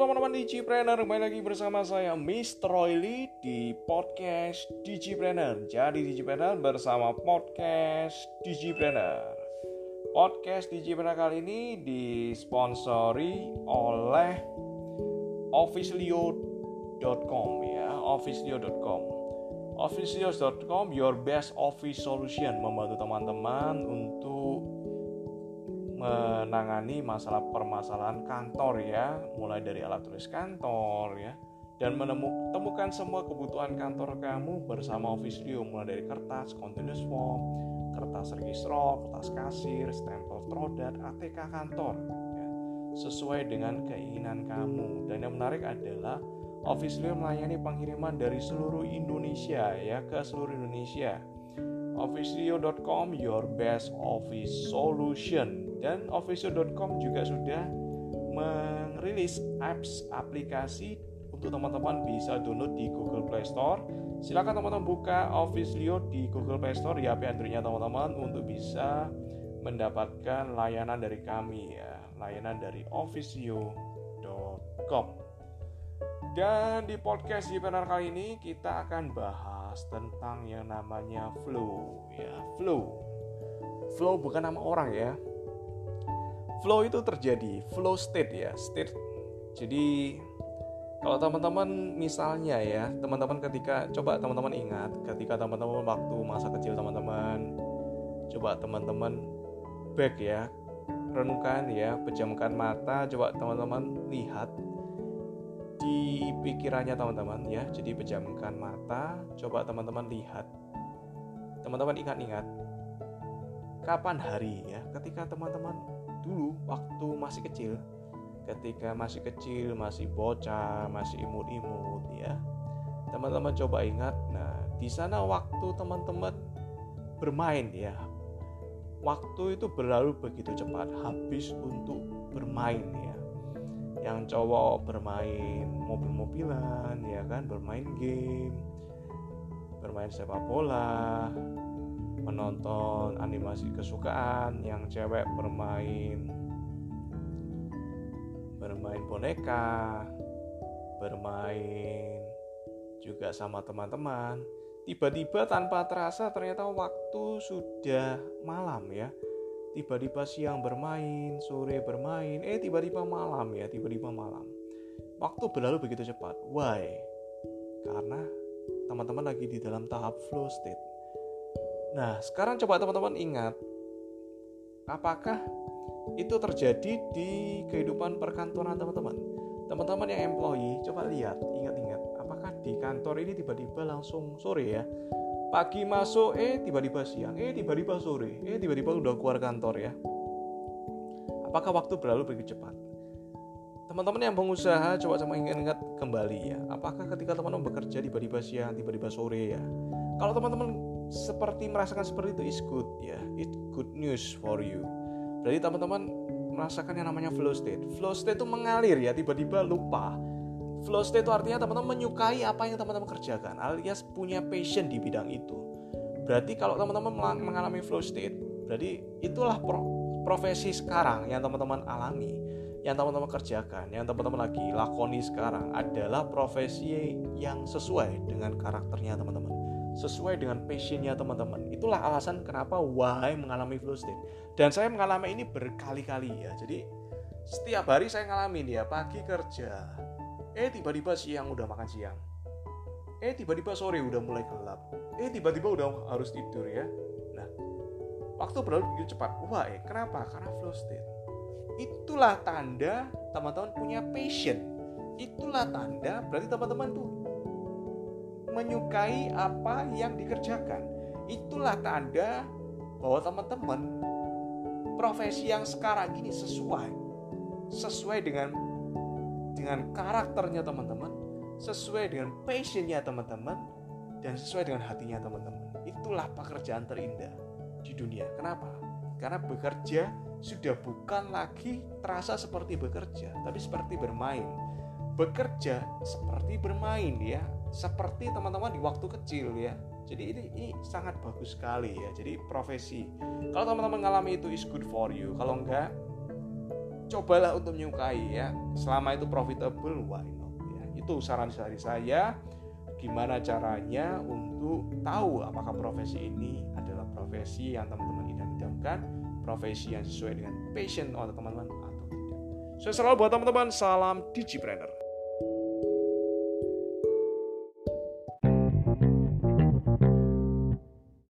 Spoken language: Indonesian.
teman-teman Digipreneur, kembali lagi bersama saya Mr. Royli di podcast Digipreneur. Jadi Digipreneur bersama podcast Digipreneur. Podcast Digipreneur kali ini disponsori oleh officelio.com ya, officelio.com. Officelio.com, your best office solution, membantu teman-teman untuk menangani masalah permasalahan kantor ya, mulai dari alat tulis kantor ya, dan menemukan semua kebutuhan kantor kamu bersama Officelio, mulai dari kertas, continuous form, kertas registro, kertas kasir, stempel produk, ATK kantor ya, sesuai dengan keinginan kamu. Dan yang menarik adalah Officelio melayani pengiriman dari seluruh Indonesia ya, ke seluruh Indonesia. Officelio.com, your best office solution. Dan officelio.com juga sudah merilis aplikasi untuk teman-teman bisa download di Google Play Store. Silakan teman-teman buka Officelio di Google Play Store di HP Android-nya teman-teman untuk bisa mendapatkan layanan dari kami ya, layanan dari officelio.com. Dan di podcast di panel kali ini kita akan bahas tentang yang namanya flow ya. Flow bukan nama orang ya. Flow itu terjadi, flow state ya, state. Jadi kalau teman-teman misalnya ya, teman-teman coba teman-teman ingat ketika teman-teman waktu masa kecil teman-teman, coba teman-teman back ya, renungkan ya, pejamkan mata, coba teman-teman lihat di pikirannya teman-teman ya. Jadi pejamkan mata, coba teman-teman lihat, teman-teman ingat-ingat kapan hari ya, ketika teman-teman dulu waktu masih kecil, ketika masih kecil, masih bocah, masih imut-imut ya, teman-teman coba ingat. Nah di sana waktu teman-teman bermain ya, waktu itu berlalu begitu cepat, habis untuk bermain ya. Yang cowok bermain mobil-mobilan ya kan, bermain game, bermain sepak bola, menonton animasi kesukaan. Yang cewek bermain boneka, bermain juga sama teman-teman. Tiba-tiba tanpa terasa ternyata waktu sudah malam ya. Tiba-tiba siang bermain, sore bermain, tiba-tiba malam ya, tiba-tiba malam. Waktu berlalu begitu cepat. Why? Karena teman-teman lagi di dalam tahap flow state. Nah, sekarang coba teman-teman ingat, apakah itu terjadi di kehidupan perkantoran teman-teman? Teman-teman yang employee, coba lihat, ingat-ingat, apakah di kantor ini tiba-tiba langsung sore ya? Pagi masuk, tiba-tiba siang, tiba-tiba sore, tiba-tiba udah keluar kantor ya. Apakah waktu berlalu begitu cepat? Teman-teman yang pengusaha, coba sama ingat-ingat kembali ya. Apakah ketika teman-teman bekerja tiba-tiba siang, tiba-tiba sore ya? Kalau teman-teman seperti merasakan seperti itu, is good ya, it's good news for you. Berarti teman-teman merasakan yang namanya flow state. Flow state itu mengalir ya, tiba-tiba lupa. Flow state itu artinya teman-teman menyukai apa yang teman-teman kerjakan, alias punya passion di bidang itu. Berarti kalau teman-teman mengalami flow state, berarti itulah profesi sekarang yang teman-teman alami, yang teman-teman kerjakan, yang teman-teman lagi lakoni sekarang adalah profesi yang sesuai dengan karakternya teman-teman, sesuai dengan passionnya teman-teman. Itulah alasan kenapa why mengalami flow state. Dan saya mengalami ini berkali-kali ya. Jadi setiap hari saya ngalamin ya, pagi kerja, tiba-tiba siang udah makan siang, tiba-tiba sore udah mulai gelap, tiba-tiba udah harus tidur ya. Nah, waktu berlalu begitu cepat. Wah, kenapa? Karena flow state. Itulah tanda teman-teman punya passion. Itulah tanda berarti teman-teman tuh menyukai apa yang dikerjakan. Itulah tanda bahwa teman-teman profesi yang sekarang ini sesuai dengan karakternya teman-teman, sesuai dengan passionnya teman-teman, dan sesuai dengan hatinya teman-teman. Itulah pekerjaan terindah di dunia. Kenapa? Karena bekerja sudah bukan lagi terasa seperti bekerja, tapi seperti bermain. Bekerja seperti bermain ya, seperti teman-teman di waktu kecil ya. Jadi ini sangat bagus sekali ya. Jadi profesi, kalau teman-teman mengalami itu is good for you. Kalau enggak, cobalah untuk menyukai ya. Selama itu profitable, why not ya. Itu saran dari saya, gimana caranya untuk tahu apakah profesi ini adalah profesi yang teman-teman idam-idamkan, profesi yang sesuai dengan passion oleh teman-teman atau tidak. Saya selalu buat teman-teman, salam Digipreneur.